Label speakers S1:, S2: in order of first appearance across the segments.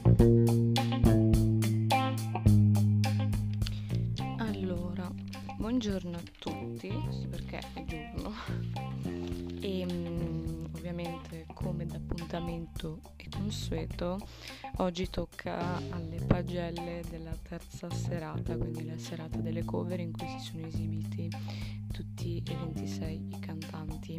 S1: Allora, buongiorno a tutti, sì, perché è giorno e ovviamente come d'appuntamento e consueto oggi tocca alle pagelle della terza serata, quindi la serata delle cover in cui si sono esibiti tutti e 26 i cantanti.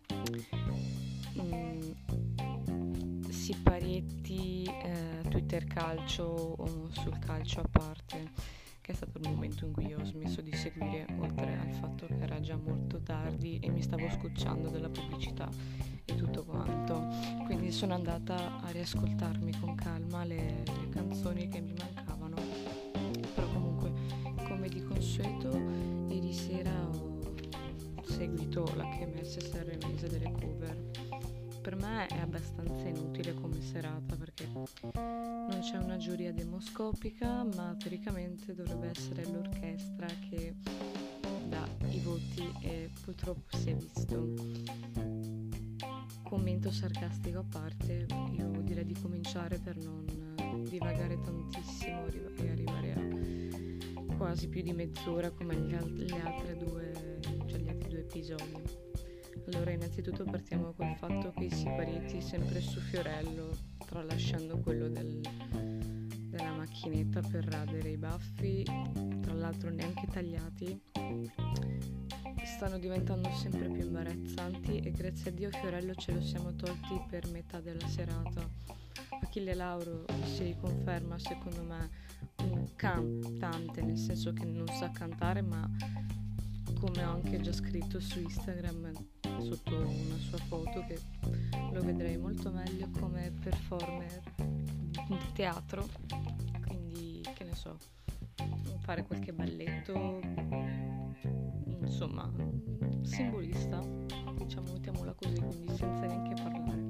S1: Siparietti, Twitter calcio o sul calcio a parte, che è stato il momento in cui io ho smesso di seguire, oltre al fatto che era già molto tardi e mi stavo scocciando della pubblicità e tutto quanto. Quindi sono andata a riascoltarmi con calma le canzoni che mi mancavano. Però comunque, come di consueto, ieri sera ho seguito la Kermesse sanremese delle cover. Per me è abbastanza inutile come serata perché non c'è una giuria demoscopica, ma teoricamente dovrebbe essere l'orchestra che dà i voti e purtroppo si è visto. Commento sarcastico a parte, io direi di cominciare per non divagare tantissimo e arrivare a quasi più di mezz'ora come gli altri due episodi. Allora, innanzitutto partiamo col fatto che i siparietti sempre su Fiorello, tralasciando quello della macchinetta per radere i baffi, tra l'altro neanche tagliati, stanno diventando sempre più imbarazzanti e grazie a Dio Fiorello ce lo siamo tolti per metà della serata. Achille Lauro si riconferma secondo me un cantante, nel senso che non sa cantare, ma come ho anche già scritto su Instagram sotto una sua foto, che lo vedrei molto meglio come performer di teatro, quindi che ne so, fare qualche balletto, insomma simbolista, diciamo, mettiamola così, quindi senza neanche parlare.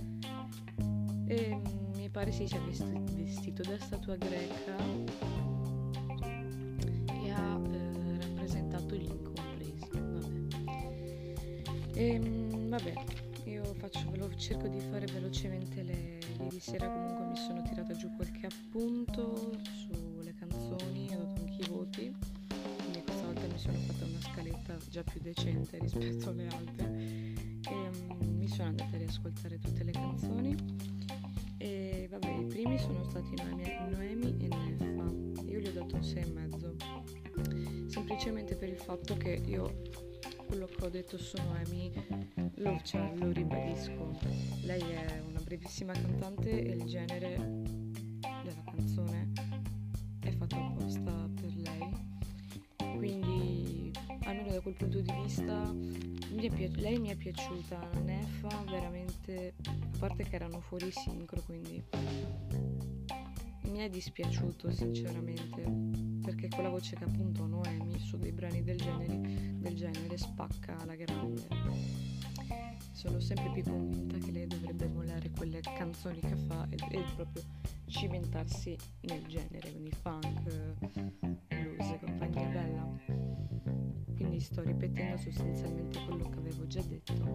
S1: E mi pare si sia vestito da statua greca e ha rappresentato gli incompresi. Vabbè, cerco di fare velocemente ieri sera comunque mi sono tirata giù qualche appunto sulle canzoni, ho dato anche i voti, quindi questa volta mi sono fatta una scaletta già più decente rispetto alle altre e mi sono andata a riascoltare tutte le canzoni e vabbè, i primi sono stati Noemi e Neffa, io gli ho dato un 6,5, semplicemente per il fatto che io quello che ho detto su Noemi lo ribadisco, lei è una brevissima cantante e il genere della canzone è fatto apposta per lei, quindi almeno da quel punto di vista lei mi è piaciuta. Neffa veramente, a parte che erano fuori sincro, quindi mi è dispiaciuto sinceramente, perché con la voce che appunto Noemi su dei brani del genere spacca alla grande. Sono sempre più convinta che lei dovrebbe mollare quelle canzoni che fa e proprio cimentarsi nel genere, quindi funk, blues e compagnia bella. Quindi sto ripetendo sostanzialmente quello che avevo già detto.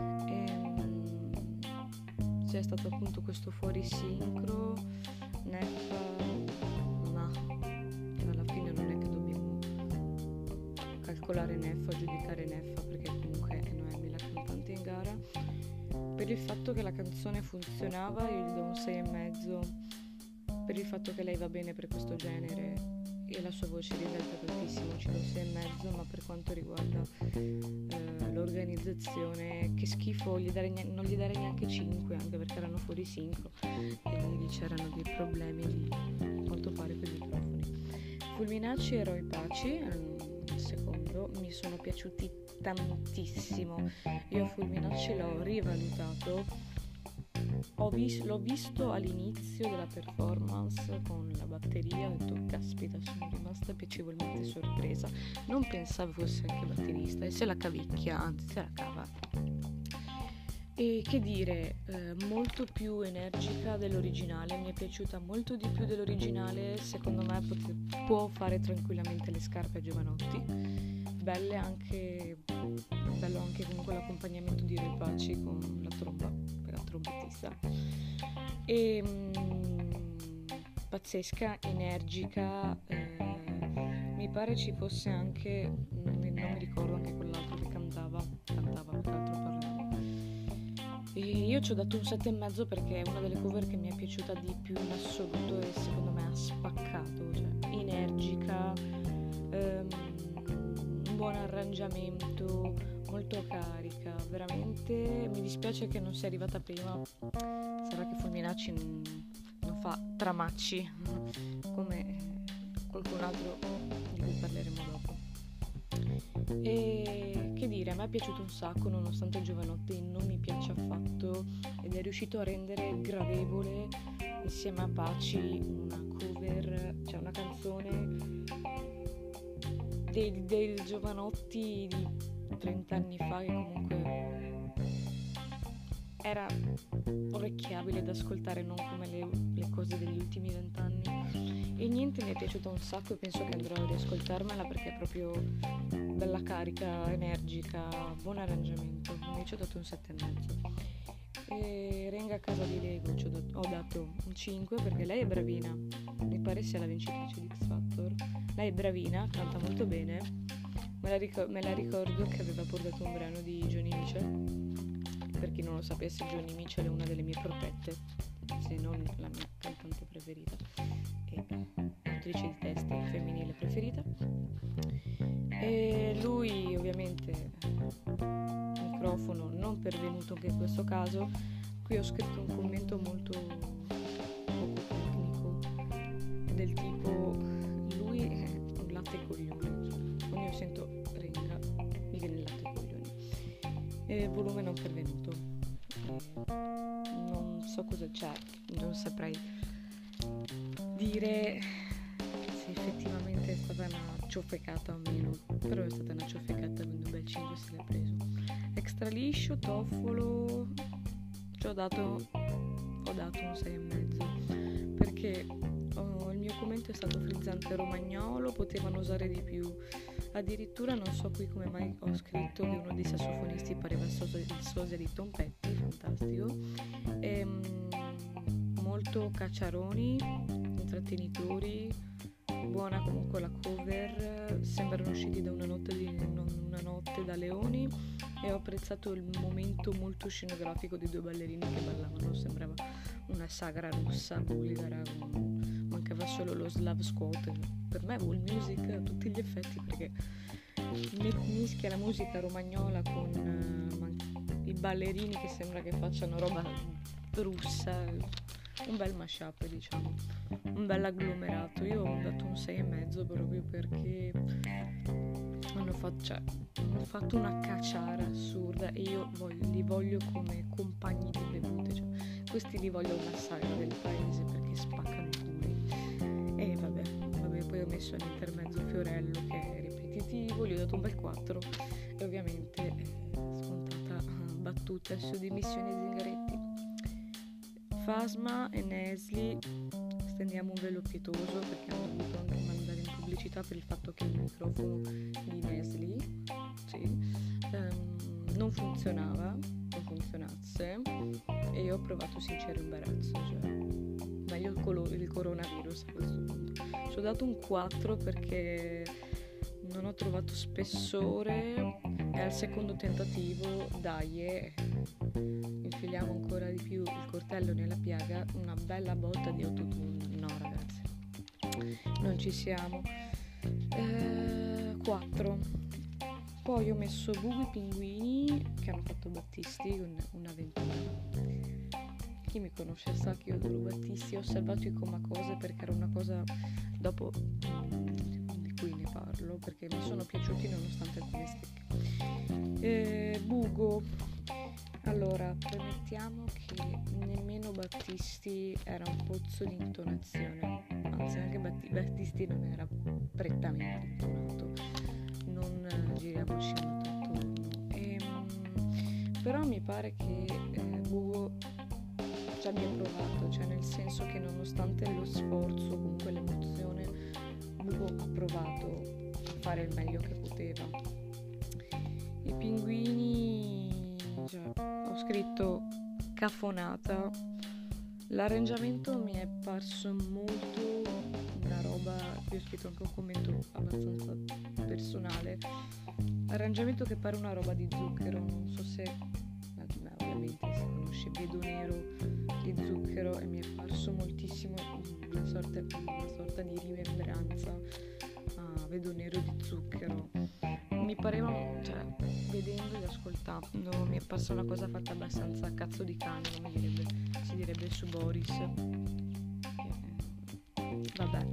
S1: C'è stato appunto questo fuori sincro. Neffa, ma alla fine non è che dobbiamo calcolare Neffa, giudicare Neffa, perché comunque è Noemi la cantante in gara. Per il fatto che la canzone funzionava io gli do un 6,5, per il fatto che lei va bene per questo genere e la sua voce risalta tantissimo, ci do 6,5, ma per quanto riguarda l'organizzazione, che schifo, non gli darei neanche 5, anche perché erano fuori sincro e lì c'erano dei problemi di quanto pare con i microfoni. Fulminacci e Roy Paci, il secondo, mi sono piaciuti tantissimo. Io Fulminacci l'ho rivalutato, l'ho visto all'inizio della performance con la batteria, ho detto caspita, sono rimasta piacevolmente sorpresa, non pensavo fosse anche batterista e se la cavicchia, anzi se la cava. E che dire, molto più energica dell'originale, mi è piaciuta molto di più dell'originale, secondo me può fare tranquillamente le scarpe a Giovanotti. Bello anche comunque l'accompagnamento di Roy Paci con la tromba, per la trombettista. E pazzesca, energica, mi pare ci fosse anche, non mi ricordo, anche quell'altro che cantava quell'altro parlava. E io ci ho dato un 7,5 perché è una delle cover che mi è piaciuta di più in assoluto e secondo me ha spaccato, cioè energica, un buon arrangiamento, molto carica, veramente mi dispiace che non sia arrivata prima, sarà che Fulminacci non fa tramacci come qualcun altro di cui parleremo dopo. E che dire, a me è piaciuto un sacco nonostante Giovanotti non mi piace affatto ed è riuscito a rendere gradevole insieme a Paci una cover, cioè una canzone del Giovanotti di 30 anni fa che comunque era orecchiabile da ascoltare, non come le cose degli ultimi 20 anni. E niente, mi è piaciuta un sacco e penso che andrò a riascoltarmela perché è proprio bella carica, energica, buon arrangiamento. Quindi ci ho dato un 7,5. E Renga a casa di Lego ho dato un 5 perché lei è bravina, mi pare sia la vincitrice di X Factor. Lei è bravina, canta molto bene, me la ricordo che aveva portato un brano di Joni Mitchell. Per chi non lo sapesse, Joni Mitchell è una delle mie protette, se non la mia cantante preferita e autrice di testi femminile preferita. E lui ovviamente microfono non pervenuto anche in questo caso. Qui ho scritto un commento molto poco tecnico del tipo: lui è un latte e coglioni, quando io sento Renga mi viene il latte e coglioni. E volume non pervenuto, non so cosa c'è, non saprei dire se effettivamente è stata una ciofecata o meno, però è stata una ciofecata, quindi un bel 5 se l'è preso. Extra liscio, toffolo, ci ho dato un 6,5 perché il mio commento è stato frizzante romagnolo, potevano usare di più. Addirittura non so qui come mai ho scritto che uno dei sassofonisti pareva il sosia di Tom Petty, fantastico. Molto cacciaroni, intrattenitori, buona comunque la cover, sembrano usciti da una notte da leoni, e ho apprezzato il momento molto scenografico di due ballerini che ballavano, sembrava una sagra russa bulgara, mancava solo lo Slav squat. Per me World Music a tutti gli effetti, perché mischia la musica romagnola con i ballerini che sembra che facciano roba russa, un bel mashup, diciamo, un bel agglomerato. Io ho dato un 6,5 proprio perché hanno fatto una cacciara assurda e io li voglio come compagni di bevute, cioè questi li voglio una sagra del paese perché spaccano i culi. E vabbè, poi ho messo l'intermezzo Fiorello che è ripetitivo, gli ho dato un bel 4 e ovviamente scontata battuta su Dimissioni e Zingaretti. Fasma e Nesli stendiamo un velo pietoso perché hanno dovuto anche mandare in pubblicità per il fatto che il microfono di Nesli non funzionasse, e io ho provato sincero imbarazzo, cioè meglio il coronavirus a questo punto. Ci ho dato un 4 perché non ho trovato spessore e al secondo tentativo infiliamo ancora di più il coltello nella piaga, una bella botta di autotune. No ragazzi, non ci siamo. 4. Poi ho messo Bubu Pinguini che hanno fatto Battisti con una ventura. Chi mi conosce sa che io adoro Battisti, ho osservato i Comacose perché era una cosa dopo di cui ne parlo, perché mi sono piaciuti nonostante alcune stecche. Bugo, allora premettiamo che nemmeno Battisti era un pozzo di intonazione, anzi anche Battisti non era prettamente intonato, non giriamoci molto attorno. Però mi pare che Bugo ci abbia provato, cioè nel senso che nonostante lo sforzo, comunque l'emozione, Bugo ha provato a fare il meglio che poteva. I Pinguini, cioè, ho scritto cafonata. L'arrangiamento mi è parso molto una roba, io ho scritto anche un commento abbastanza personale, arrangiamento che pare una roba di Zucchero, non so se, ovviamente si conosce Vedo Nero di Zucchero, e mi è parso moltissimo una sorta di rimembranza a Vedo Nero di Zucchero. Mi pareva, cioè, vedendo ed ascoltando, mi è parsa una cosa fatta abbastanza a cazzo di cane, come si direbbe su Boris. Vabbè.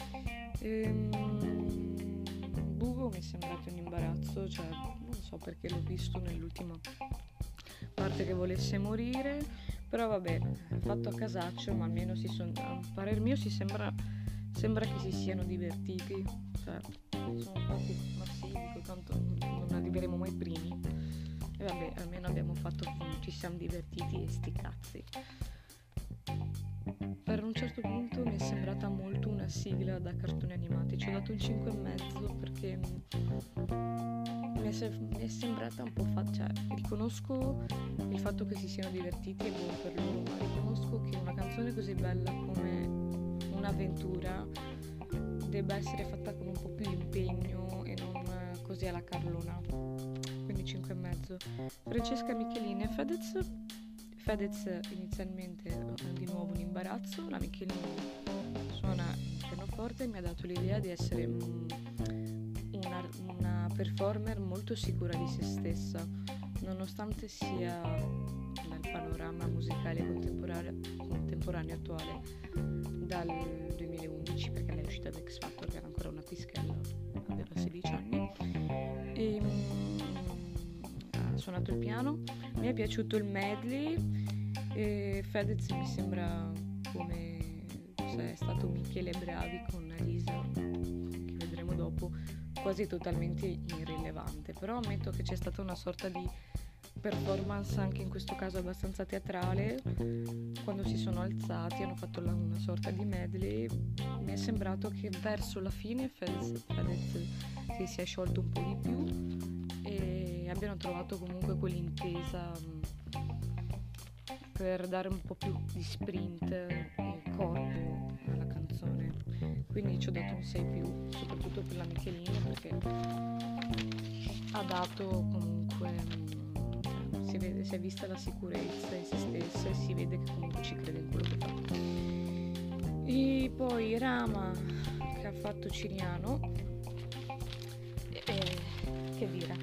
S1: Bugo mi è sembrato un imbarazzo, cioè non so perché l'ho visto nell'ultima parte che volesse morire, però vabbè, fatto a casaccio, ma almeno a parer mio sembra che si siano divertiti, cioè sono stati massivi, tanto non arriveremo mai primi, e vabbè, almeno ci siamo divertiti, e sti cazzi. Per un certo punto mi è sembrata molto una sigla da cartoni animati, ci ho dato un 5,5 perché mi è sembrata un po' cioè, riconosco il fatto che si siano divertiti, è buono per loro, ma riconosco che una canzone così bella come Un'avventura debba essere fatta con un po' più di impegno e non così alla Carlona, quindi 5,5. Francesca Michelin e Fedez inizialmente di nuovo un imbarazzo, la Michelin suona il pianoforte e mi ha dato l'idea di essere una performer molto sicura di se stessa, nonostante sia nel panorama musicale contemporaneo attuale dal 2011, perché lei è uscita da X Factor, che era ancora una pischella, aveva 16 anni, e ha suonato il piano. Mi è piaciuto il medley, e Fedez mi sembra come se è stato Michele Bravi con Lisa, che vedremo dopo, quasi totalmente irrilevante, però ammetto che c'è stata una sorta di performance anche in questo caso abbastanza teatrale. Quando si sono alzati hanno fatto una sorta di medley, mi è sembrato che verso la fine Fedez si sia sciolto un po' di più e abbiano trovato comunque quell'intesa per dare un po' più di sprint e corpo alla canzone, quindi ci ho dato un 6+, soprattutto per la Michelin, perché ha dato comunque, si è vista la sicurezza in se stessa e si vede che comunque ci crede in quello che fa. E poi Rama, che ha fatto Ciriano, che dire,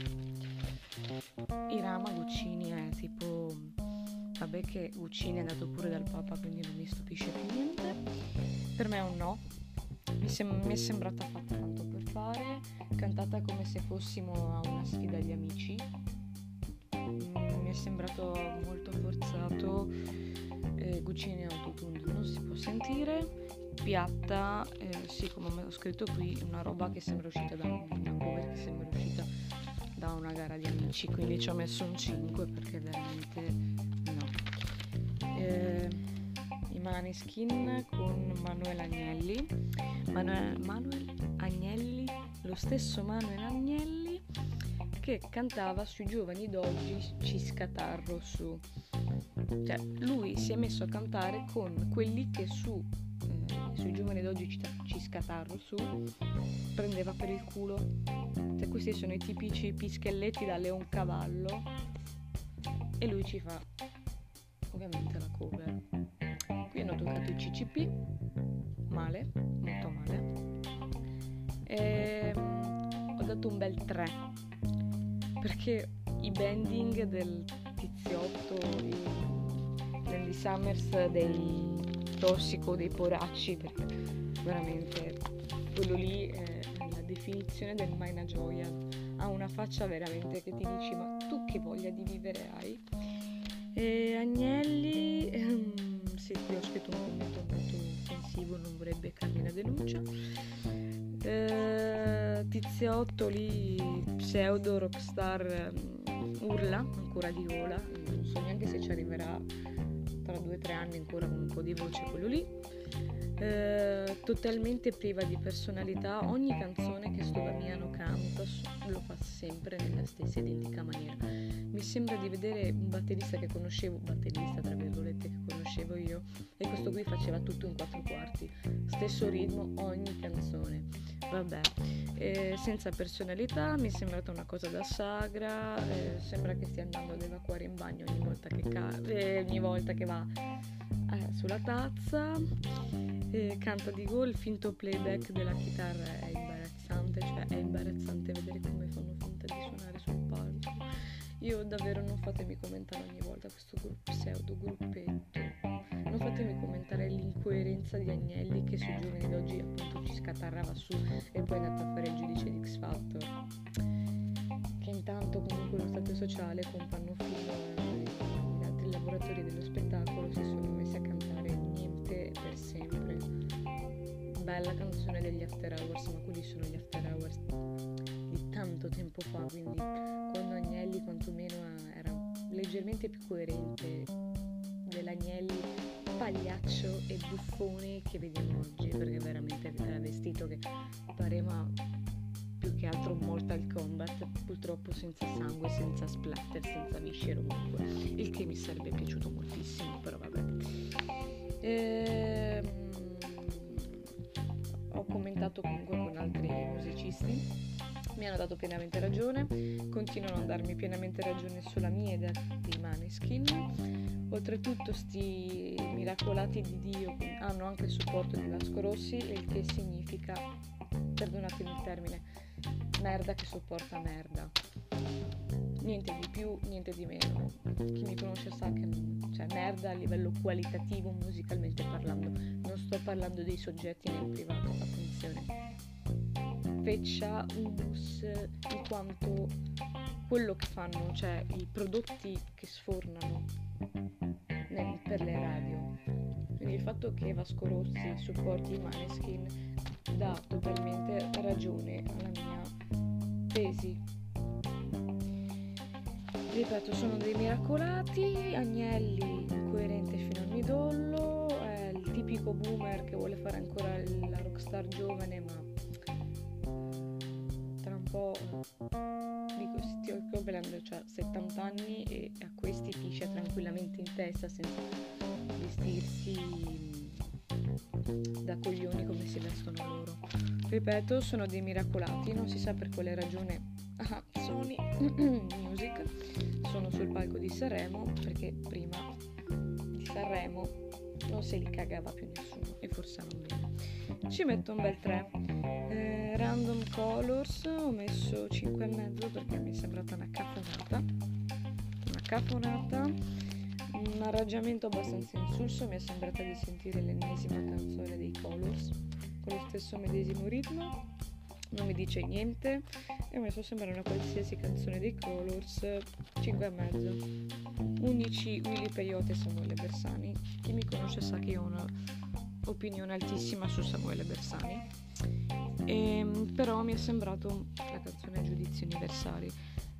S1: Irama Guccini è tipo, vabbè che Guccini è andato pure dal Papa, quindi non mi stupisce più niente. Per me è un no, mi è sembrata fatta tanto per fare, cantata come se fossimo a una sfida di amici, mi è sembrato molto forzato. Guccini autotune non si può sentire, piatta, sì, come ho scritto qui, una roba che sembra uscita da una cover che sembra uscita da una gara di amici, quindi ci ho messo un 5 perché veramente no. I Maneskin con Manuel Agnelli, lo stesso Manuel Agnelli che cantava sui giovani d'oggi Ciscatarro su, cioè lui si è messo a cantare con quelli che sui giovani d'oggi Ciscatarro su prendeva per il culo, cioè questi sono i tipici pischelletti da Leoncavallo, e lui ci fa ovviamente la cover. Qui hanno toccato i CCP male, molto male, e ho dato un bel 3 perché i bending del tiziotto di Andy Summers, dei Tossico, dei Poracci, perché veramente quello lì è la definizione del Maina Gioia, ha una faccia veramente che ti dici ma tu che voglia di vivere hai. E Agnelli, sì, qui ho scritto un commento molto offensivo, non vorrei beccarmi la denuncia. Tiziotto lì, pseudo rockstar, urla ancora di gola, non so neanche se ci arriverà tra 2 o 3 anni ancora con un po' di voce quello lì. totalmente priva di personalità. Ogni canzone che sto Damiano canta lo fa sempre nella stessa identica maniera. Mi sembra di vedere un batterista tra virgolette, che conoscevo io, e questo qui faceva tutto in 4/4, stesso ritmo ogni canzone, vabbè, senza personalità. Mi è sembrata una cosa da sagra, sembra che stia andando ad evacuare in bagno ogni volta che va sulla tazza. Canta di gol, il finto playback della chitarra è imbarazzante, cioè è imbarazzante vedere come fanno finta di suonare sul palco. Io davvero, non fatemi commentare ogni volta questo pseudo gruppetto, non fatemi commentare l'incoerenza di Agnelli, che sui giovani d'oggi appunto ci scatarrava su e poi è andato a fare il giudice di X Factor, che intanto comunque lo stato sociale con Pannofino e gli altri lavoratori dello spettacolo si sono messi a cantare Niente per sempre. Bella canzone degli After Hours, ma quelli sono gli After Hours di tanto tempo fa, quindi quando Agnelli quantomeno era leggermente più coerente dell'Agnelli pagliaccio e buffone che vediamo oggi, perché veramente era vestito che pareva più che altro Mortal Kombat, purtroppo senza sangue, senza splatter, senza viscere ovunque, il che mi sarebbe piaciuto moltissimo, però vabbè. Ho commentato comunque con altri musicisti, mi hanno dato pienamente ragione, continuano a darmi pienamente ragione sulla mia idea di Maneskin. Oltretutto sti miracolati di Dio hanno anche il supporto di Vasco Rossi, il che significa, perdonatemi il termine, merda che sopporta merda. Niente di più, niente di meno. Chi mi conosce sa che merda a livello qualitativo, musicalmente parlando. Non sto parlando dei soggetti nel privato, attenzione. Feccia, humus, in quanto quello che fanno, cioè i prodotti che sfornano per le radio. Quindi il fatto che Vasco Rossi supporti i Maneskin dà totalmente ragione alla mia tesi. Ripeto, sono dei miracolati. Agnelli incoerente fino al midollo, è il tipico boomer che vuole fare ancora la rockstar giovane, ma tra un po' dico, stiamo parlando, cioè 70 anni e a questi piscia tranquillamente in testa senza vestirsi da coglioni come si vestono loro. Ripeto, sono dei miracolati, non si sa per quale ragione. Sony Music sono sul palco di Sanremo, perché prima di Sanremo non se li cagava più nessuno e forse non bene. Ci metto un bel 3. Random Colors ho messo 5,5 perché mi è sembrata una cafonata, un arrangiamento abbastanza insulso. Mi è sembrata di sentire l'ennesima canzone dei Colors con lo stesso medesimo ritmo, non mi dice niente e ho messo sembra una qualsiasi canzone dei Colors. 5,5. Unici Willy Peyote e Samuele Bersani. Chi mi conosce sa che ho una opinione altissima su Samuele Bersani, però mi è sembrato la canzone Giudizi Universali,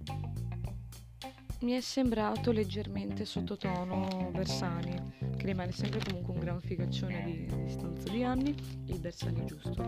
S1: mi è sembrato leggermente sottotono Bersani, che rimane sempre comunque un gran figaccione di distanza di anni, il Bersani giusto,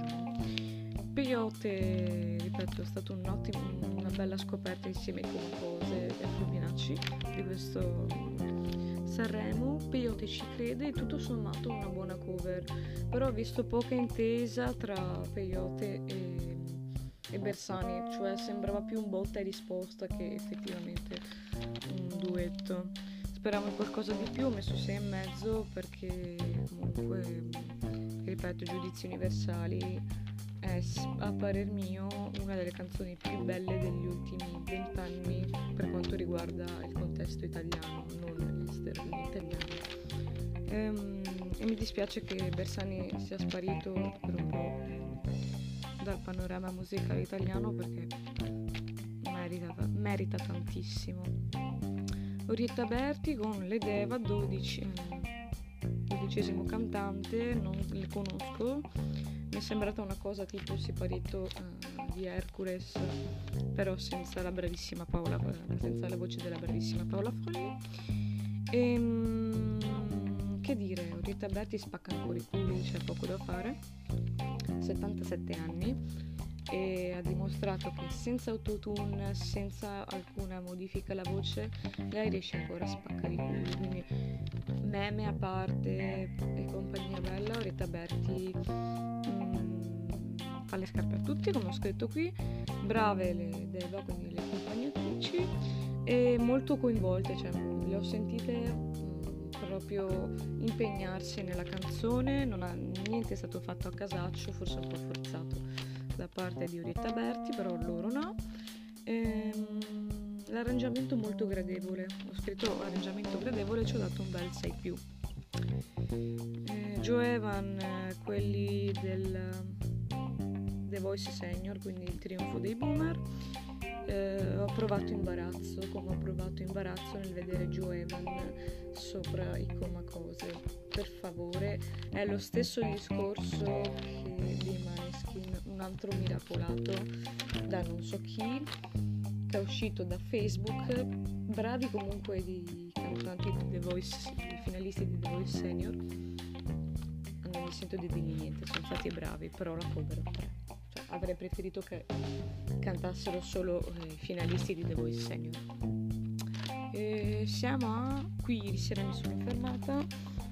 S1: Peyote, ripeto, è stata una bella scoperta insieme ai Cose e a Fulminacci di questo Sanremo. Peyote ci crede e tutto sommato una buona cover, però ho visto poca intesa tra Peyote e Bersani, cioè sembrava più un botta e risposta che effettivamente un duetto. Speravo in qualcosa di più, ho messo 6,5 perché comunque, ripeto, Giudizi Universali è a parer mio una delle canzoni più belle degli ultimi 20 anni per quanto riguarda il contesto italiano, non estero, italiano. E mi dispiace che Bersani sia sparito per un po' dal panorama musicale italiano, perché merita tantissimo. Orietta Berti con Le Deva, 12° cantante, non le conosco. Mi è sembrata una cosa tipo Siparetto di Hercules, però senza la bravissima senza la voce della bravissima Paola Folli. Che dire, Orietta Berti spacca ancora i culi, c'è poco da fare, 77 anni, e ha dimostrato che senza autotune, senza alcuna modifica alla voce, lei riesce ancora a spaccare i culi, quindi meme a parte e compagnia bella, Orietta Berti fa le scarpe a tutti, come ho scritto qui, brave le Deva, quindi le accompagnatrici, e molto coinvolte, cioè le ho sentite proprio impegnarsi nella canzone, niente è stato fatto a casaccio, forse un po' forzato da parte di Orietta Berti, però loro no. L'arrangiamento molto gradevole, ho scritto arrangiamento gradevole, ci ho dato un bel 6+. Joe Evan, quelli del The Voice Senior, quindi il trionfo dei boomer. Ho provato imbarazzo, come ho provato imbarazzo nel vedere Joe Evan sopra i Comacose. Per favore, è lo stesso discorso che dei Maneskin, un altro miracolato da non so chi, che è uscito da Facebook. Bravi comunque di cantanti di The Voice, i finalisti di The Voice Senior. Non mi sento di dirgli niente, sono stati bravi, però la cover 3. Avrei preferito che cantassero solo i finalisti di The Voice Senior. Siamo a... qui ieri sera mi sono fermata.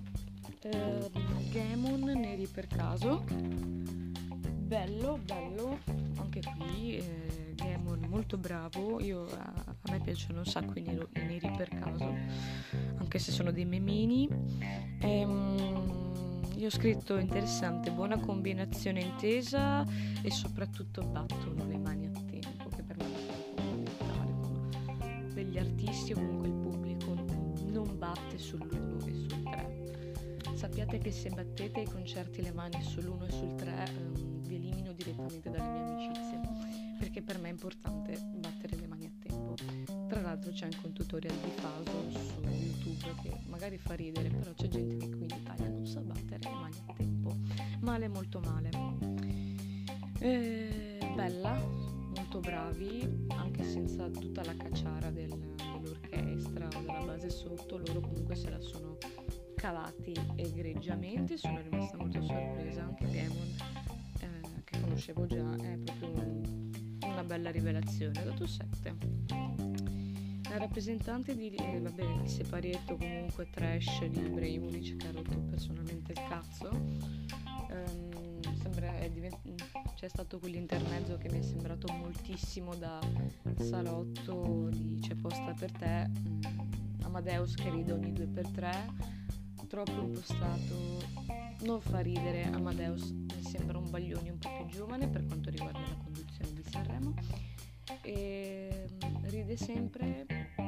S1: Gamon, Neri per caso. Bello, anche qui Gamon molto bravo. A me piacciono un sacco i neri per caso, anche se sono dei memini. Io ho scritto interessante, buona combinazione intesa e soprattutto battono le mani a tempo, che per me è fondamentale. Quando degli artisti o comunque il pubblico non batte sull'1 e sul 3. Sappiate che se battete ai concerti le mani sull'1 e sul 3 vi elimino direttamente dalle mie amicizie, perché per me è importante battere le mani a tempo. Tra l'altro c'è anche un tutorial di Faso su YouTube che magari fa ridere, però c'è gente che qui in Italia non sa battere le mani a tempo. Male, molto male. Bella, molto bravi, anche senza tutta la cacciara dell'orchestra o della base sotto, loro comunque se la sono cavati egregiamente. Sono rimasta molto sorpresa, anche Gamon, che conoscevo già, è proprio una bella rivelazione. Ho dato 7. La rappresentante di il separietto comunque trash di Ibrahimovic, che ha rotto personalmente il cazzo. C'è stato quell'intermezzo che mi è sembrato moltissimo da salotto di C'è posta per te, Amadeus che ride ogni 2x3, troppo impostato, non fa ridere. Amadeus mi sembra un Baglioni un po' più giovane per quanto riguarda la conduzione di Sanremo, e ride sempre.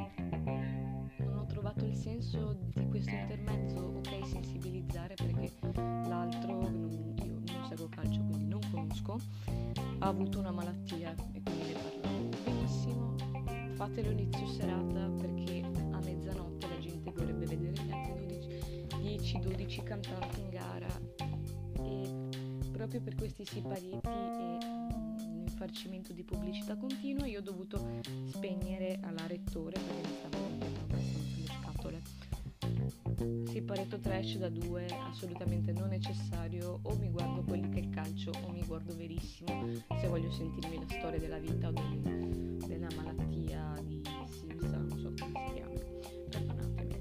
S1: Non ho trovato il senso di questo intermezzo. Ok, sensibilizzare, perché l'altro io non seguo calcio, quindi non conosco, ha avuto una malattia e quindi ne parlavo. Benissimo, fatelo inizio serata, perché a mezzanotte la gente vorrebbe vedere gli altri 10-12 cantanti in gara, e proprio per questi siparieti e farcimento di pubblicità continua io ho dovuto spegnere alla rettore perché mi stavo rompendo abbastanza le scatole. Siparetto trash da 2 assolutamente non necessario. O mi guardo quelli che è il calcio o mi guardo Verissimo se voglio sentirmi la storia della vita o della malattia di Simsa, non so come si chiama, perdonatemi.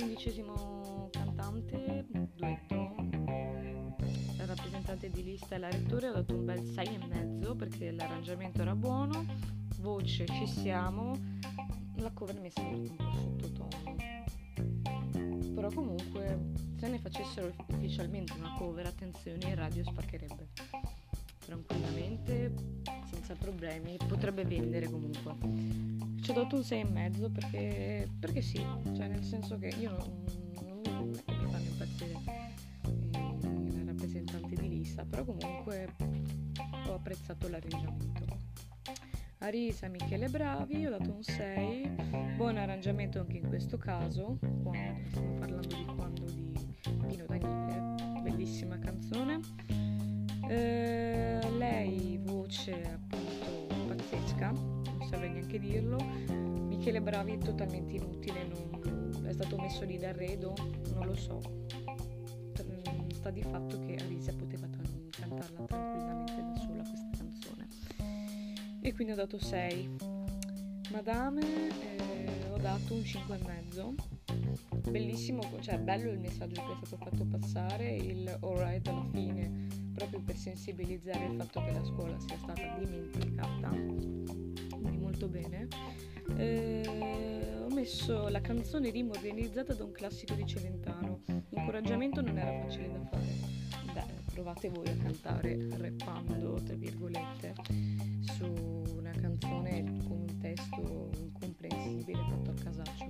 S1: 15° cantante, duetto. La rappresentante di lista e la rettore ho dato un bel 6,5 perché l'arrangiamento era buono, voce ci siamo, la cover mi è sembrata un po' sottotono, però comunque se ne facessero ufficialmente una cover, attenzione, in radio spaccherebbe tranquillamente, senza problemi, potrebbe vendere comunque. Ci ho dato un 6,5 perché sì, cioè nel senso che io non è che mi fanno impazzire rappresentanti di lista, però comunque ho apprezzato l'arrangiamento. Arisa, Michele Bravi, ho dato un 6, buon arrangiamento anche in questo caso, stiamo parlando di Pino Daniele, bellissima canzone. Lei voce appunto pazzesca, non saprei neanche dirlo. Michele Bravi è totalmente inutile, è stato messo lì d'arredo, non lo so, sta di fatto che Arisa poteva cantarla tranquillamente da sola questa canzone, e quindi ho dato 6. Madame ho dato un 5,5. Bellissimo, cioè bello il messaggio che è stato fatto passare, il alright alla fine, proprio per sensibilizzare il fatto che la scuola sia stata dimenticata, quindi molto bene. Ho messo la canzone rimodernizzata da un classico di Celentano. Incoraggiamento non era facile da fare. Beh, provate voi a cantare rappando, tra virgolette, su una canzone con un testo incomprensibile fatto a casaccio.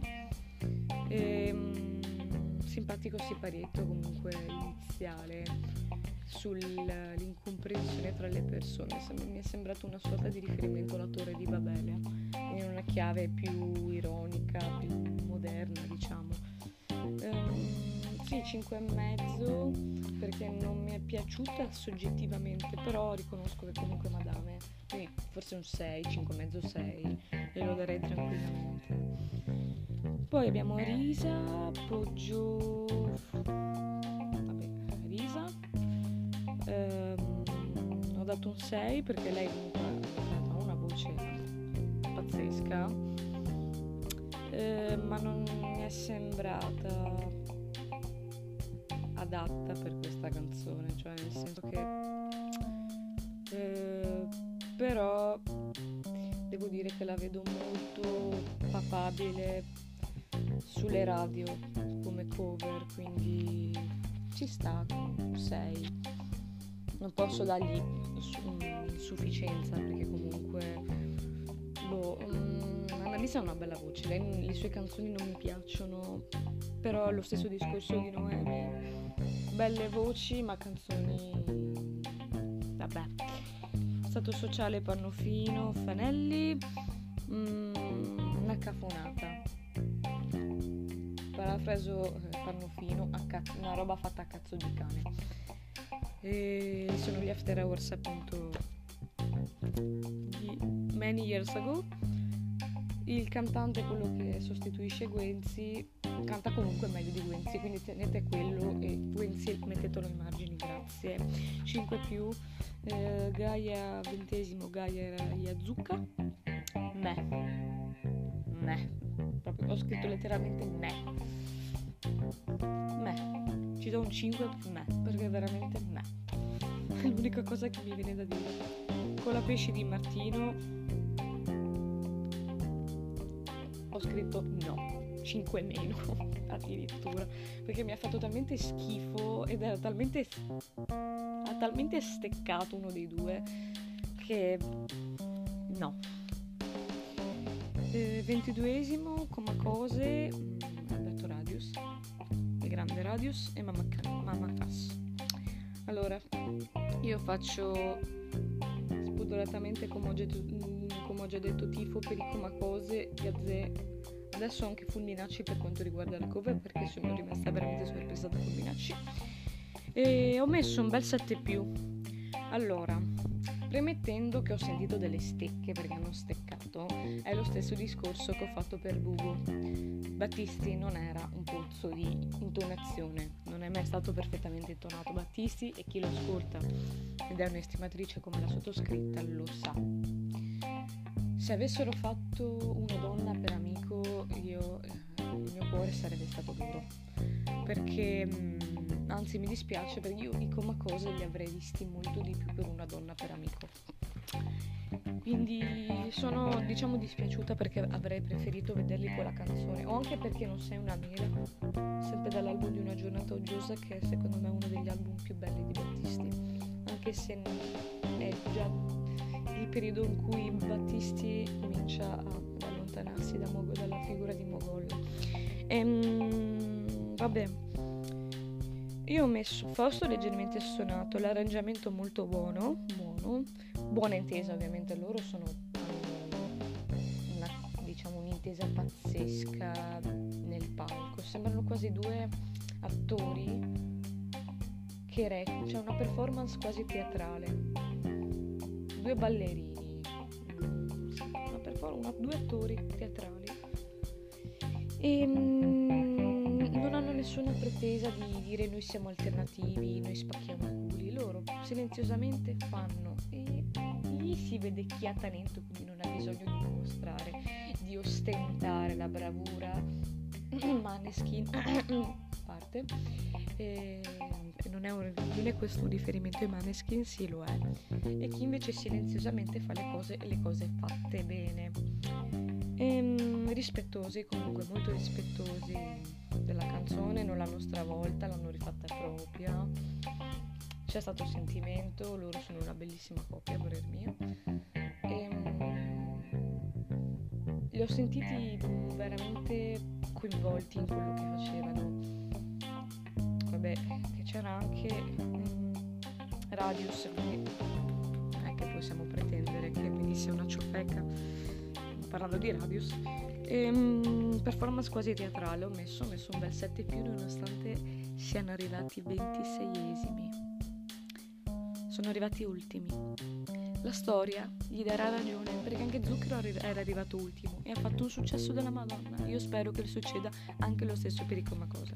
S1: Simpatico siparietto comunque iniziale sull'incomprensione tra le persone. Mi è sembrato una sorta di riferimento alla Torre di Babele, in una chiave più ironica, più moderna, diciamo. Sì, 5,5 perché non mi è piaciuta soggettivamente, però riconosco che comunque Madame, quindi forse un 6, 5,5, 6, e lo darei tranquillamente. Poi abbiamo Arisa, Arisa, ho dato un 6 perché lei comunque ha una voce pazzesca, ma non mi è sembrata adatta per questa canzone, cioè nel senso che però devo dire che la vedo molto papabile sulle radio come cover, quindi ci sta con 6. Non posso dargli sufficienza perché comunque Annalisa ha una bella voce, le sue canzoni non mi piacciono, però lo stesso discorso di Noemi, belle voci ma canzoni vabbè. Stato sociale Pannofino, Fanelli, una cafonata. Parafraso Pannofino, una roba fatta a cazzo di cane. E sono gli After Hours appunto di Many Years Ago. Il cantante, quello che sostituisce Guenzi, canta comunque meglio di Guenzi, quindi tenete quello e Guenzi mettetelo ai margini, grazie. 5+, Gaia 20°, Gaia Yazuka, proprio ho scritto letteralmente ci do un 5 perché veramente è l'unica cosa che mi viene da dire. Con la pesce di Martino ho scritto 5 meno addirittura, perché mi ha fatto talmente schifo ed ha talmente steccato uno dei due che no. 22esimo Coma Cose, Alberto Radius, il grande Radius, e Mamma Cass. Allora, io faccio spudoratamente, come ho già detto, tifo per i Coma Cose, Gazzè, adesso anche Fulminacci per quanto riguarda la cover, perché sono rimasta veramente sorpresa da Fulminacci, e ho messo un bel 7+. Allora, premettendo che ho sentito delle stecche perché hanno steccato, è lo stesso discorso che ho fatto per Bubu. Battisti non era un pozzo di intonazione, non è mai stato perfettamente intonato Battisti, e chi lo ascolta ed è un'estimatrice come la sottoscritta lo sa. Se avessero fatto una donna per amico, il mio cuore sarebbe stato duro, perché anzi mi dispiace, perché io i Coma Cose li avrei visti molto di più per una donna per amico, quindi sono dispiaciuta perché avrei preferito vederli con la canzone, o anche perché Non sei una mela, sempre dall'album di Una giornata oggiosa, che è secondo me uno degli album più belli di Battisti, anche se è già il periodo in cui Battisti comincia ad allontanarsi dalla figura di Mogol. Vabbè, io ho messo Fausto leggermente stonato, l'arrangiamento molto buono, buona intesa, ovviamente loro hanno un'intesa pazzesca nel palco, sembrano quasi due attori che c'è una performance quasi teatrale, due ballerini, due attori teatrali, e non hanno nessuna pretesa di dire noi siamo alternativi, noi spacchiamo i culi. Loro silenziosamente fanno e lì si vede chi ha talento, quindi non ha bisogno di dimostrare, di ostentare la bravura. Maneskin parte non è questo un riferimento ai Maneskin, sì lo è, e chi invece silenziosamente fa le cose e le cose fatte bene, rispettosi, comunque molto rispettosi della canzone, non l'hanno stravolta, l'hanno rifatta propria, c'è stato sentimento, loro sono una bellissima coppia a parer mio. Li ho sentiti veramente coinvolti in quello che facevano. Vabbè, che c'era anche Radius, quindi non è che possiamo pretendere che venisse una ciofeca parlando di Radius. Performance quasi teatrale, ho messo un bel 7+, nonostante siano arrivati 26esimi. Sono arrivati ultimi. La storia gli darà ragione, perché anche Zucchero era arrivato ultimo e ha fatto un successo della Madonna. Io spero che succeda anche lo stesso per i Comacosa.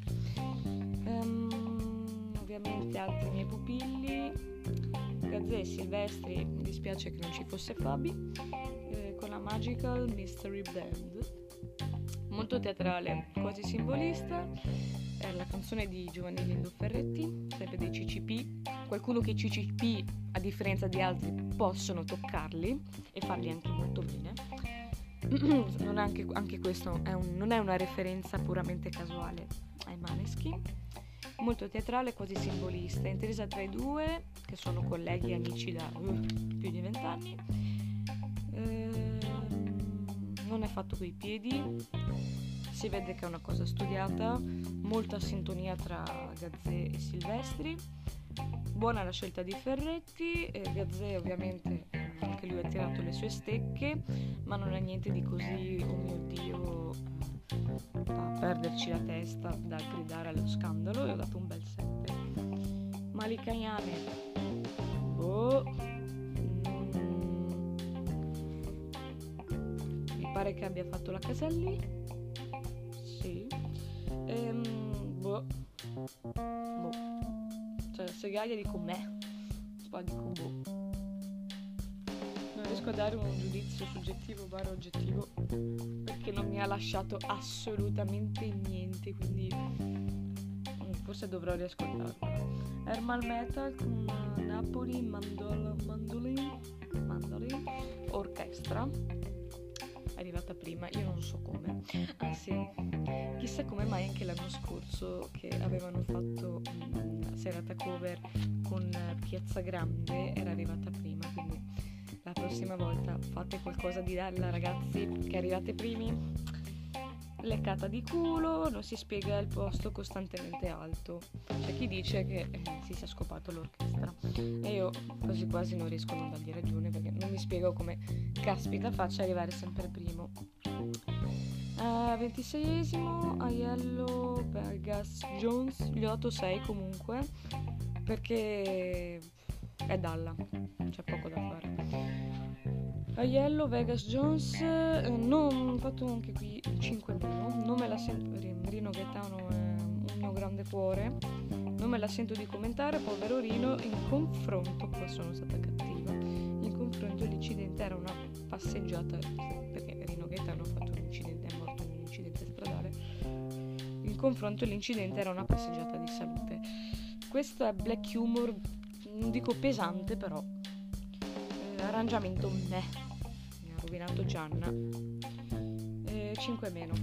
S1: Ovviamente altri miei pupilli, Gazzè e Silvestri, mi dispiace che non ci fosse Fabi, con la Magical Mystery Band, molto teatrale, quasi simbolista. È la canzone di Giovanni Lindo Ferretti, sempre dei CCP, qualcuno che i CCP, a differenza di altri, possono toccarli e farli anche molto bene. Non è anche questo non è una referenza puramente casuale ai Maneskin, molto teatrale, quasi simbolista, intesa tra i due, che sono colleghi e amici da più di 20 anni. Non è fatto coi piedi, si vede che è una cosa studiata, molta sintonia tra Gazzè e Silvestri, buona la scelta di Ferretti. Gazzè ovviamente anche lui ha tirato le sue stecche, ma non è niente di così, oh mio Dio, da perderci la testa, da gridare allo scandalo, e ho dato un bel 7. Malika Ayane, mi pare che abbia fatto la Caselli, sì, cioè se Gaia dico me, poi dico non riesco a dare un giudizio soggettivo / oggettivo perché non mi ha lasciato assolutamente niente, quindi forse dovrò riascoltarla. Hermal Metal con Napoli Mandolin Orchestra è arrivata prima, io non so come. Ah sì, chissà come mai anche l'anno scorso, che avevano fatto una serata cover con Piazza Grande, era arrivata prima, quindi la prossima volta fate qualcosa di bella, ragazzi, che arrivate primi. Leccata di culo, non si spiega il posto costantemente alto. C'è chi dice che si sia scopato l'orchestra e io quasi quasi non riesco a non dargli ragione, perché non mi spiego come caspita faccia arrivare sempre primo. 26esimo Aiello Vegas Jones, gli ho dato 6 comunque, perché è Dalla, c'è poco da fare. Aiello Vegas Jones, non ho fatto anche qui 5 meno, non me la sento, Rino Gaetano è un mio grande cuore, non me la sento di commentare, povero Rino. In confronto, qua sono stata cattiva, in confronto l'incidente era una passeggiata, perché Rino Gaetano ha fatto un incidente, è morto in un incidente stradale, in confronto l'incidente era una passeggiata di salute. Questo è black humor, non dico pesante, però arrangiamento mi ha rovinato Gianna. 5 meno.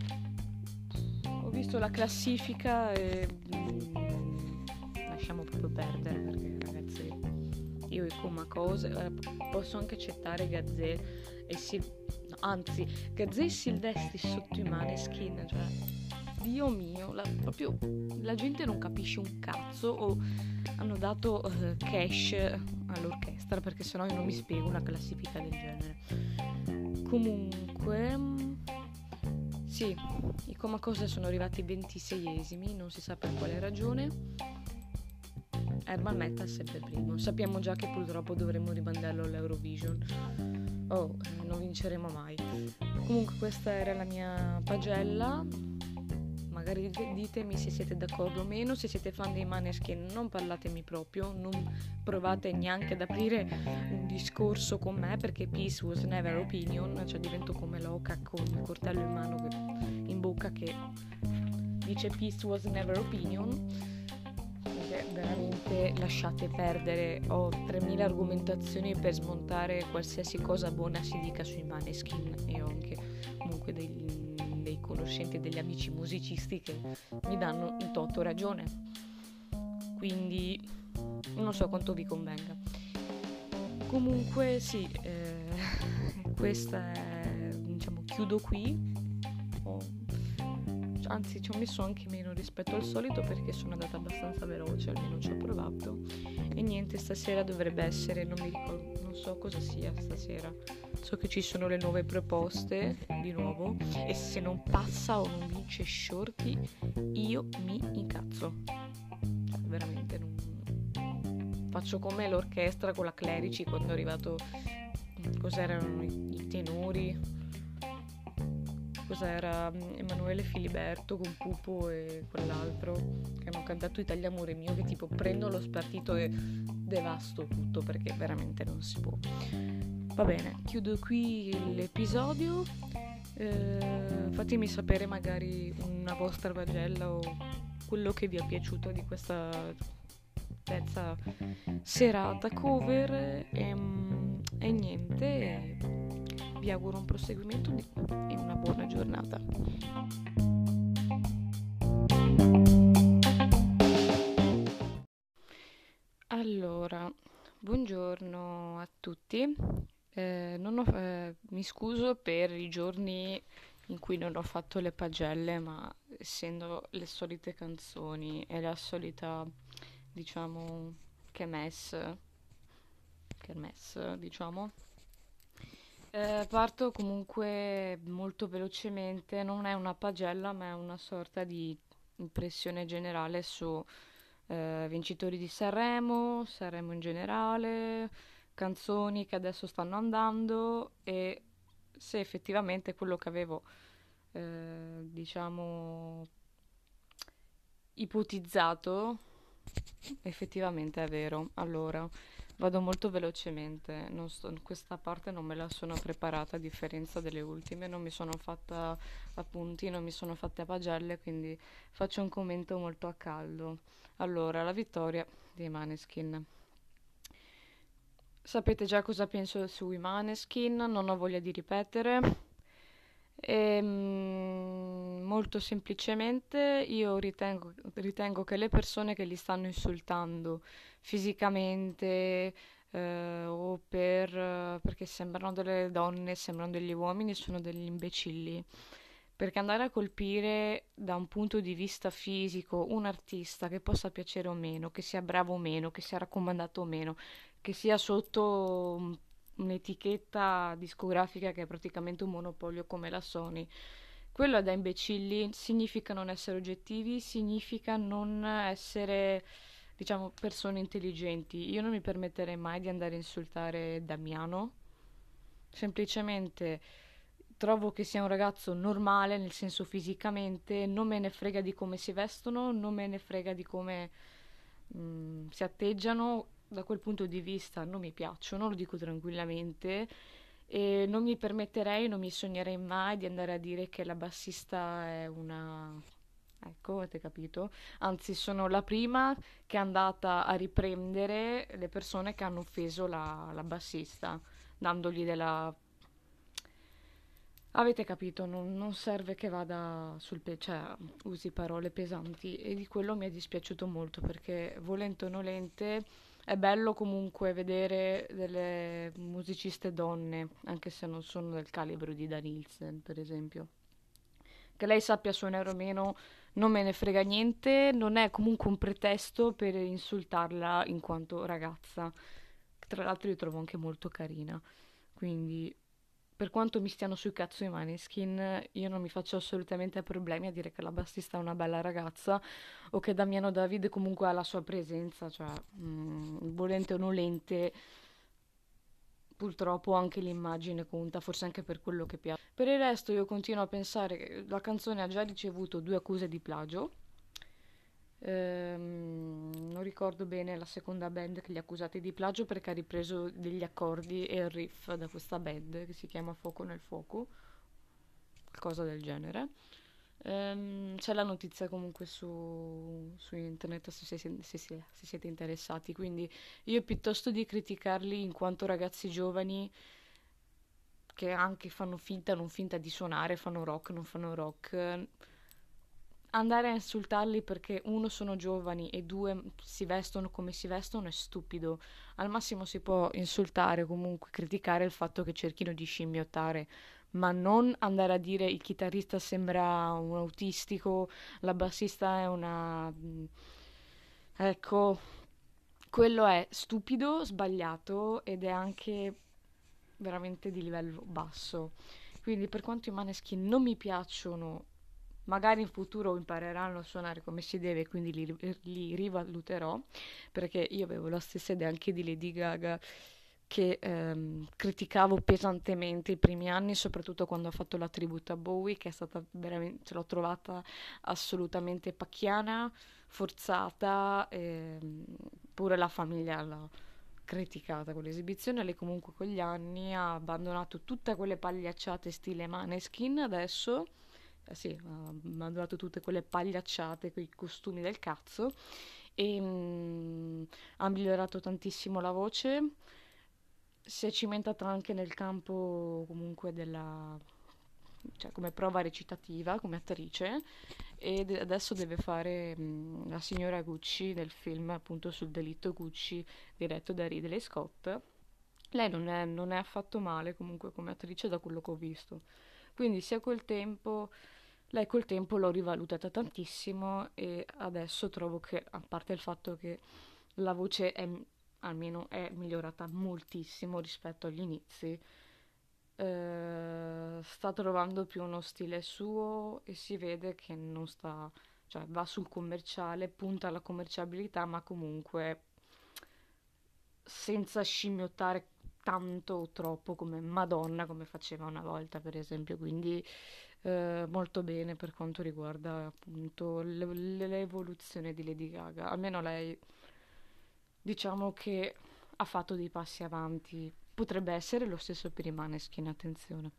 S1: Ho visto la classifica e lasciamo proprio perdere, perché ragazzi, io e Comacosa posso anche accettare Gazzè e Gazzè e Silvestri sotto i Maneskin, cioè Dio mio, proprio la gente non capisce un cazzo, o hanno dato cash all'orchestra, perché sennò io non mi spiego una classifica del genere. Comunque sì, i Comacosa sono arrivati 26esimi, non si sa per quale ragione. Herman Metal sempre primo, sappiamo già che purtroppo dovremo rimandarlo all'Eurovision, non vinceremo mai. Comunque questa era la mia pagella magari ditemi se siete d'accordo o meno. Se siete fan dei Maneskin non parlatemi proprio, non provate neanche ad aprire un discorso con me, perché peace was never opinion, cioè divento come l'oca con il coltello in mano in bocca che dice peace was never opinion. Veramente lasciate perdere, ho 3000 argomentazioni per smontare qualsiasi cosa buona si dica sui Maneskin, e ho anche comunque dei conoscenti e degli amici musicisti che mi danno in toto ragione, quindi non so quanto vi convenga. Comunque sì, questa è, diciamo, chiudo qui. Anzi, ci ho messo anche meno rispetto al solito perché sono andata abbastanza veloce, almeno ci ho provato. E niente, stasera dovrebbe essere, non mi ricordo, non so cosa sia stasera. So che ci sono le nuove proposte di nuovo, e se non passa o non vince Shorty io mi incazzo. Veramente non... Faccio come l'orchestra con la Clerici quando è arrivato, cos'erano i tenori, cos'era, Emanuele Filiberto con Pupo e quell'altro che hanno cantato Italia amore mio, che tipo prendo lo spartito e devasto tutto perché veramente non si può. Va bene, chiudo qui l'episodio. Fatemi sapere magari una vostra pagella o quello che vi è piaciuto di questa terza serata cover, e niente, vi auguro un proseguimento e una buona giornata. Allora, buongiorno a tutti. Mi scuso per i giorni in cui non ho fatto le pagelle, ma essendo le solite canzoni e la solita, diciamo, kermesse, diciamo. Parto comunque molto velocemente, non è una pagella ma è una sorta di impressione generale su vincitori di Sanremo, Sanremo in generale, canzoni che adesso stanno andando, e se effettivamente quello che avevo diciamo ipotizzato effettivamente è vero. Allora, vado molto velocemente, questa parte non me la sono preparata a differenza delle ultime, non mi sono fatta appunti, non mi sono fatte a pagelle, quindi faccio un commento molto a caldo. Allora, la vittoria dei Maneskin. Sapete già cosa penso sui Maneskin, non ho voglia di ripetere. Molto semplicemente io ritengo che le persone che li stanno insultando fisicamente, perché sembrano delle donne, sembrano degli uomini, sono degli imbecilli. Perché andare a colpire da un punto di vista fisico un artista, che possa piacere o meno, che sia bravo o meno, che sia raccomandato o meno, che sia sotto un'etichetta discografica che è praticamente un monopolio come la Sony, quello è da imbecilli, significa non essere oggettivi, significa non essere, diciamo, persone intelligenti. Io non mi permetterei mai di andare a insultare Damiano, semplicemente trovo che sia un ragazzo normale, nel senso fisicamente, non me ne frega di come si vestono, non me ne frega di come si atteggiano. Da quel punto di vista non mi piacciono, lo dico tranquillamente, e non mi permetterei, non mi sognerei mai di andare a dire che la bassista è una... Ecco, avete capito? Anzi, sono la prima che è andata a riprendere le persone che hanno offeso la bassista, dandogli della... Avete capito? Non serve che vada cioè usi parole pesanti, e di quello mi è dispiaciuto molto, perché volente o nolente è bello comunque vedere delle musiciste donne, anche se non sono del calibro di Dan Nielsen, per esempio. Che lei sappia suonare o meno non me ne frega niente, non è comunque un pretesto per insultarla in quanto ragazza. Tra l'altro io trovo anche molto carina, quindi per quanto mi stiano sui cazzo i Maneskin, io non mi faccio assolutamente problemi a dire che la bassista è una bella ragazza, o che Damiano David comunque ha la sua presenza, cioè volente o nolente purtroppo anche l'immagine conta, forse anche per quello che piace. Per il resto io continuo a pensare che la canzone ha già ricevuto 2 accuse di plagio. Non ricordo bene la seconda band che li ha accusati di plagio perché ha ripreso degli accordi e il riff da questa band che si chiama Fuoco nel Fuoco, qualcosa del genere. C'è la notizia comunque su internet se siete interessati, quindi io piuttosto di criticarli in quanto ragazzi giovani che anche fanno finta, non finta di suonare, fanno rock, non fanno rock, andare a insultarli perché uno sono giovani e due si vestono come si vestono è stupido. Al massimo si può insultare o comunque criticare il fatto che cerchino di scimmiottare, ma non andare a dire il chitarrista sembra un autistico, la bassista è una... Ecco, quello è stupido, sbagliato ed è anche veramente di livello basso. Quindi per quanto i Maneskin non mi piacciono, magari in futuro impareranno a suonare come si deve, quindi li rivaluterò, perché io avevo la stessa idea anche di Lady Gaga che criticavo pesantemente i primi anni, soprattutto quando ha fatto la tributo a Bowie, che è stata veramente, ce l'ho trovata assolutamente pacchiana, forzata, pure la famiglia l'ha criticata con l'esibizione. Lei comunque con gli anni ha abbandonato tutte quelle pagliacciate stile Maneskin, adesso sì, ha abbandonato tutte quelle pagliacciate, quei costumi del cazzo e ha migliorato tantissimo la voce, si è cimentata anche nel campo comunque della, cioè come prova recitativa, come attrice, e adesso deve fare la signora Gucci nel film appunto sul delitto Gucci diretto da Ridley Scott. Lei non è affatto male comunque come attrice da quello che ho visto. Quindi sia col tempo, lei col tempo l'ho rivalutata tantissimo e adesso trovo che, a parte il fatto che la voce è, almeno è migliorata moltissimo rispetto agli inizi, sta trovando più uno stile suo e si vede che non sta, cioè va sul commerciale, punta alla commerciabilità, ma comunque senza scimmiottare tanto o troppo come Madonna, come faceva una volta, per esempio. Quindi molto bene per quanto riguarda appunto l'evoluzione di Lady Gaga. Almeno lei, diciamo che ha fatto dei passi avanti. Potrebbe essere lo stesso per i Maneskin, attenzione.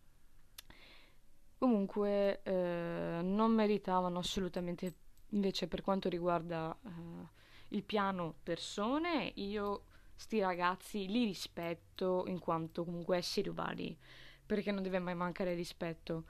S1: Comunque non meritavano assolutamente, invece per quanto riguarda il piano persone, io sti ragazzi li rispetto in quanto comunque esseri umani, perché non deve mai mancare rispetto.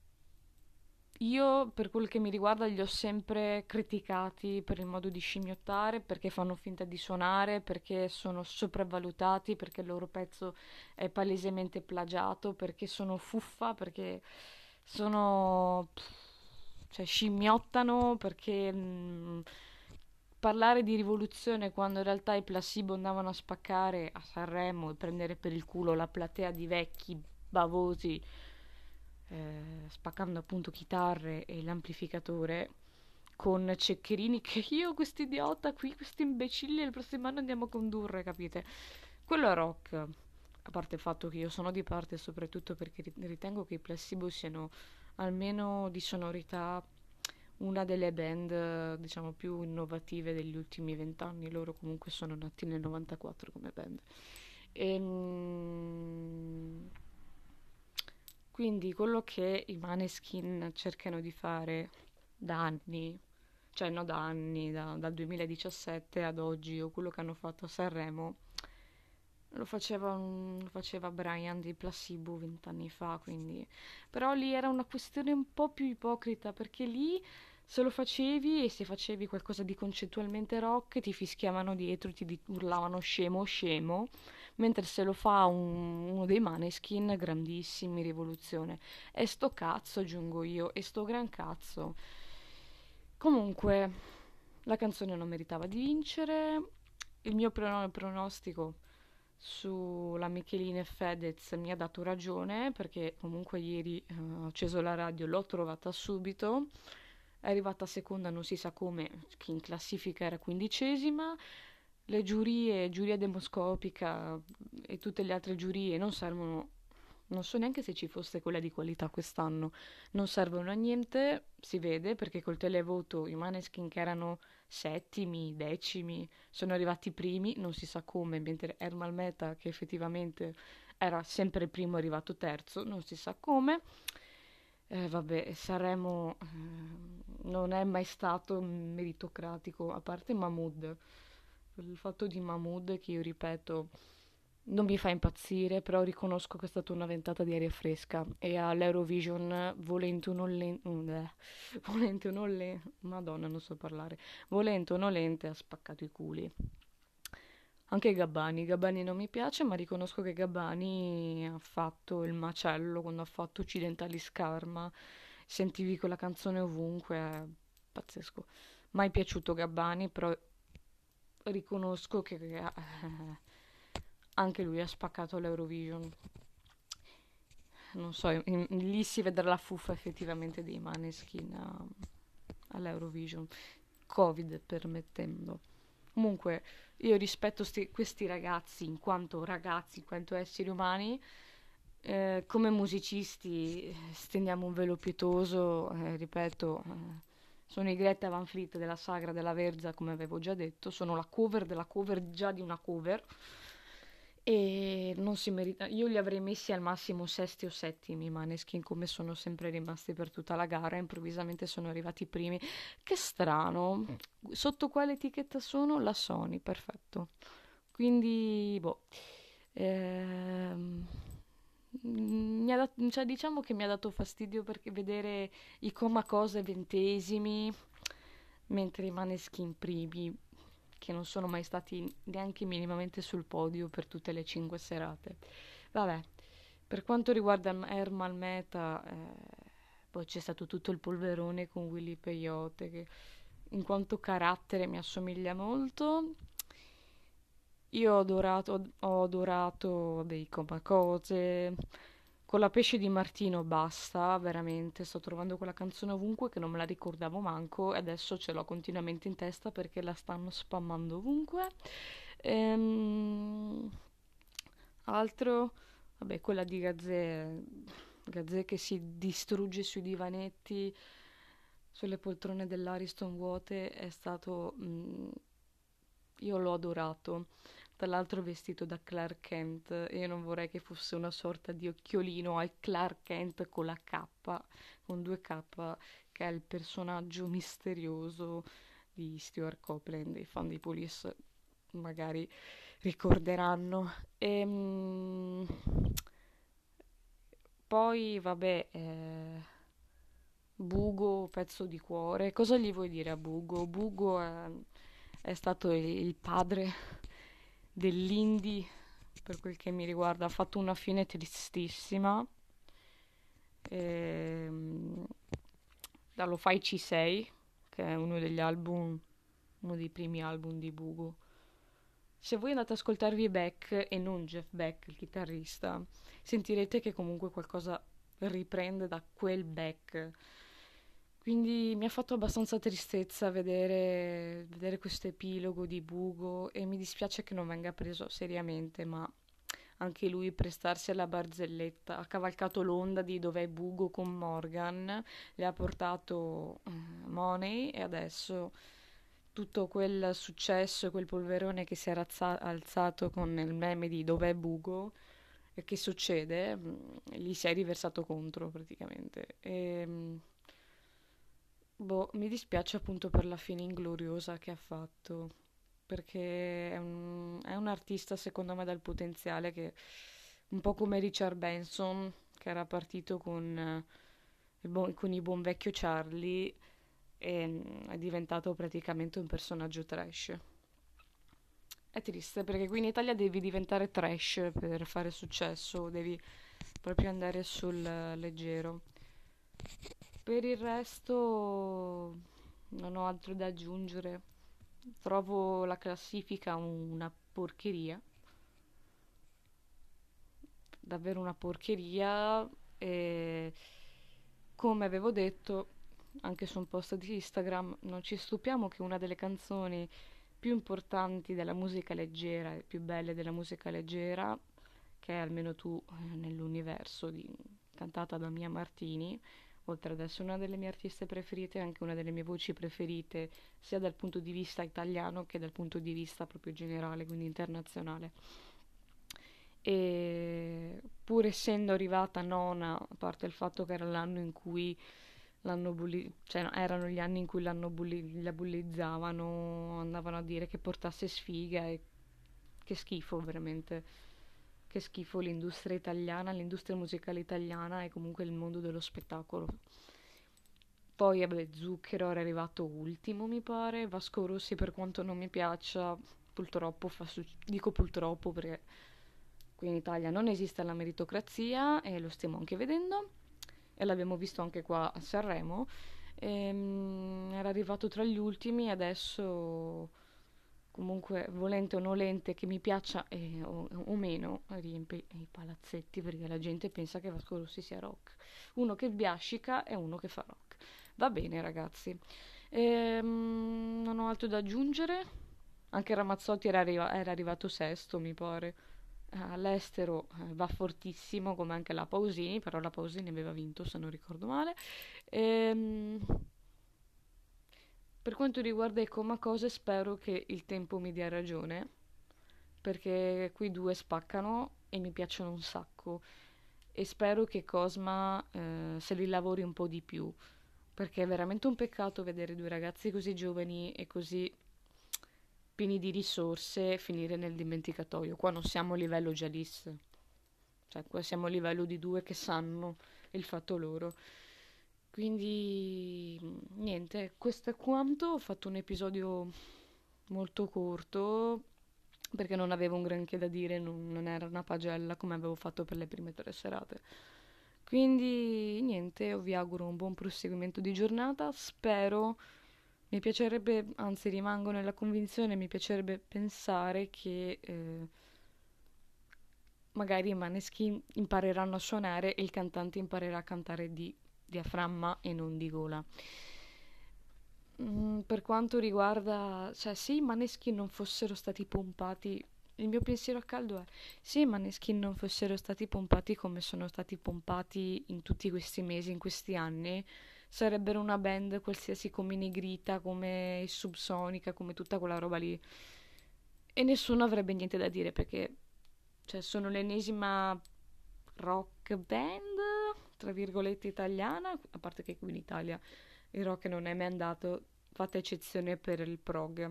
S1: Io, per quel che mi riguarda, li ho sempre criticati per il modo di scimmiottare, perché fanno finta di suonare, perché sono sopravvalutati, perché il loro pezzo è palesemente plagiato, perché sono fuffa, perché sono... cioè scimmiottano, perché parlare di rivoluzione quando in realtà i placebo andavano a spaccare a Sanremo e prendere per il culo la platea di vecchi bavosi spaccando appunto chitarre e l'amplificatore con Ceccherini che io questo idiota qui, questo imbecille il prossimo anno andiamo a condurre, capite? Quello è rock, a parte il fatto che io sono di parte soprattutto perché ritengo che i Placebo siano almeno di sonorità una delle band diciamo più innovative degli ultimi 20 anni. Loro comunque sono nati nel 94 come band. Quindi quello che i Maneskin cercano di fare da anni, cioè no da anni, dal 2017 ad oggi, o quello che hanno fatto a Sanremo, lo faceva Brian di Placebo 20 anni fa, quindi... Però lì era una questione un po' più ipocrita, perché lì se lo facevi e se facevi qualcosa di concettualmente rock ti fischiavano dietro, ti urlavano scemo scemo, mentre se lo fa uno dei Maneskin, grandissimi, rivoluzione. E sto cazzo, aggiungo io, e sto gran cazzo. Comunque, la canzone non meritava di vincere. Il mio pronostico sulla Michelin e Fedez mi ha dato ragione perché comunque ieri ho acceso la radio, l'ho trovata subito, è arrivata seconda non si sa come, che in classifica era 15ª, le giuria demoscopica e tutte le altre giurie non servono, non so neanche se ci fosse quella di qualità quest'anno, non servono a niente, si vede, perché col televoto i Maneskin che erano settimi, decimi, sono arrivati primi, non si sa come, mentre Ermal Meta, che effettivamente era sempre il primo, è arrivato terzo, non si sa come. Vabbè, Sanremo non è mai stato meritocratico, a parte Mahmood. Il fatto di Mahmood, che io ripeto, non mi fa impazzire, però riconosco che è stata una ventata di aria fresca e all'Eurovision, volente o non le, Madonna, non so parlare, volente o nolente ha spaccato i culi. Anche Gabbani non mi piace, ma riconosco che Gabbani ha fatto il macello quando ha fatto Occidentali Scarma. Sentivi quella canzone ovunque, è pazzesco. Mai piaciuto Gabbani, però riconosco che anche lui ha spaccato l'Eurovision. Non so, lì si vedrà la fuffa effettivamente dei Maneskin all'Eurovision, Covid permettendo. Comunque, io rispetto questi ragazzi in quanto esseri umani. Come musicisti stendiamo un velo pietoso, ripeto, sono i Greta Van Fleet della sagra della Verza, come avevo già detto, sono la cover della cover già di una cover e non si merita. Io li avrei messi al massimo sesti o settimi, i Maneskin, come sono sempre rimasti per tutta la gara, improvvisamente sono arrivati primi. Che strano. Sotto quale etichetta sono? La Sony, perfetto. Quindi, boh. Ehm, cioè, diciamo che mi ha dato fastidio perché vedere i Coma Cose ventesimi, mentre i Maneskin primi, che non sono mai stati neanche minimamente sul podio per tutte le 5 serate. Vabbè, per quanto riguarda Ermal Meta, poi c'è stato tutto il polverone con Willy Peyote, che in quanto carattere mi assomiglia molto. Io ho adorato dei Comacose. Con la pesce di Martino basta, veramente. Sto trovando quella canzone ovunque che non me la ricordavo manco e adesso ce l'ho continuamente in testa perché la stanno spammando ovunque. Ehm, Altro, vabbè, quella di Gazzè. Gazzè che si distrugge sui divanetti, sulle poltrone dell'Ariston vuote, è stato. Io l'ho adorato. Tra l'altro vestito da Clark Kent, e io non vorrei che fosse una sorta di occhiolino al Clark Kent con la K, con 2K, che è il personaggio misterioso di Stuart Copeland. I fan di Police magari ricorderanno. Poi, vabbè, Bugo, pezzo di cuore. Cosa gli vuoi dire a Bugo? Bugo è stato il padre dell'indie, per quel che mi riguarda, ha fatto una fine tristissima. Ehm, Dallo Fai C6, che è uno degli album, uno dei primi album di Bugo. Se voi andate ad ascoltarvi Beck e non Jeff Beck, il chitarrista, sentirete che comunque qualcosa riprende da quel Beck. Quindi mi ha fatto abbastanza tristezza vedere questo epilogo di Bugo e mi dispiace che non venga preso seriamente, ma anche lui prestarsi alla barzelletta, ha cavalcato l'onda di Dov'è Bugo con Morgan, le ha portato Money e adesso tutto quel successo e quel polverone che si era alzato con il meme di Dov'è Bugo e che succede, gli si è riversato contro praticamente. Boh, mi dispiace appunto per la fine ingloriosa che ha fatto, perché è un artista secondo me dal potenziale che, un po' come Richard Benson, che era partito con il buon vecchio Charlie e è diventato praticamente un personaggio trash. È triste perché qui in Italia devi diventare trash per fare successo, devi proprio andare sul leggero. Per il resto non ho altro da aggiungere. Trovo la classifica una porcheria, davvero una porcheria. E come avevo detto anche su un post di Instagram, non ci stupiamo che una delle canzoni più importanti della musica leggera e più belle della musica leggera perché almeno tu nell'universo cantata da Mia Martini, oltre ad essere una delle mie artiste preferite, è anche una delle mie voci preferite, sia dal punto di vista italiano che dal punto di vista proprio generale, quindi internazionale. E pur essendo arrivata nona, a parte il fatto che era l'anno in cui cioè no, erano gli anni in cui la bullizzavano, andavano a dire che portasse sfiga e che schifo veramente, che schifo l'industria italiana, l'industria musicale italiana e comunque il mondo dello spettacolo. Poi, vabbè, Zucchero era arrivato ultimo, mi pare. Vasco Rossi, per quanto non mi piaccia, purtroppo dico purtroppo perché qui in Italia non esiste la meritocrazia e lo stiamo anche vedendo e l'abbiamo visto anche qua a Sanremo. Era arrivato tra gli ultimi e adesso comunque volente o nolente che mi piaccia o meno riempie i palazzetti perché la gente pensa che Vasco Rossi sia rock, uno che biascica e uno che fa rock. Va bene ragazzi, non ho altro da aggiungere, anche Ramazzotti era arrivato sesto mi pare. All'estero va fortissimo come anche la Pausini, però la Pausini aveva vinto se non ricordo male. Ehm, per quanto riguarda i Comacose spero che il tempo mi dia ragione, perché quei due spaccano e mi piacciono un sacco e spero che Cosma se li lavori un po' di più, perché è veramente un peccato vedere due ragazzi così giovani e così pieni di risorse finire nel dimenticatoio. Qua non siamo a livello Jalis, cioè qua siamo a livello di due che sanno il fatto loro. Quindi niente, questo è quanto. Ho fatto un episodio molto corto perché non avevo un granché da dire, non era una pagella come avevo fatto per le prime 3 serate. Quindi niente, io vi auguro un buon proseguimento di giornata, spero, mi piacerebbe, anzi rimango nella convinzione, mi piacerebbe pensare che magari i Maneskin impareranno a suonare e il cantante imparerà a cantare di diaframma e non di gola. Per quanto riguarda, cioè se i Maneskin non fossero stati pompati, il mio pensiero a caldo è se i Maneskin non fossero stati pompati come sono stati pompati in tutti questi mesi, in questi anni, sarebbero una band qualsiasi come i Negrita, come i Subsonica, come tutta quella roba lì. E nessuno avrebbe niente da dire perché cioè, sono l'ennesima rock band, tra virgolette, italiana, a parte che qui in Italia il rock non è mai andato, fatta eccezione per il prog.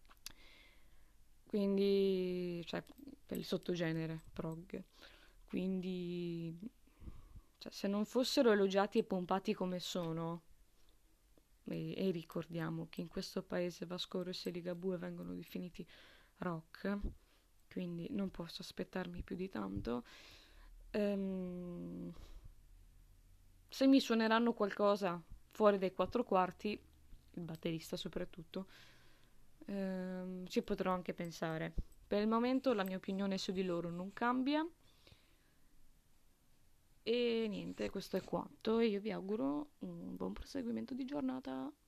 S1: Quindi, cioè, per il sottogenere prog. Quindi, cioè, se non fossero elogiati e pompati come sono, e ricordiamo che in questo paese Vasco Rossi e Ligabue vengono definiti rock, quindi non posso aspettarmi più di tanto. Se mi suoneranno qualcosa fuori dai 4/4, il batterista soprattutto, ci potrò anche pensare. Per il momento la mia opinione su di loro non cambia. E niente, questo è quanto. E io vi auguro un buon proseguimento di giornata.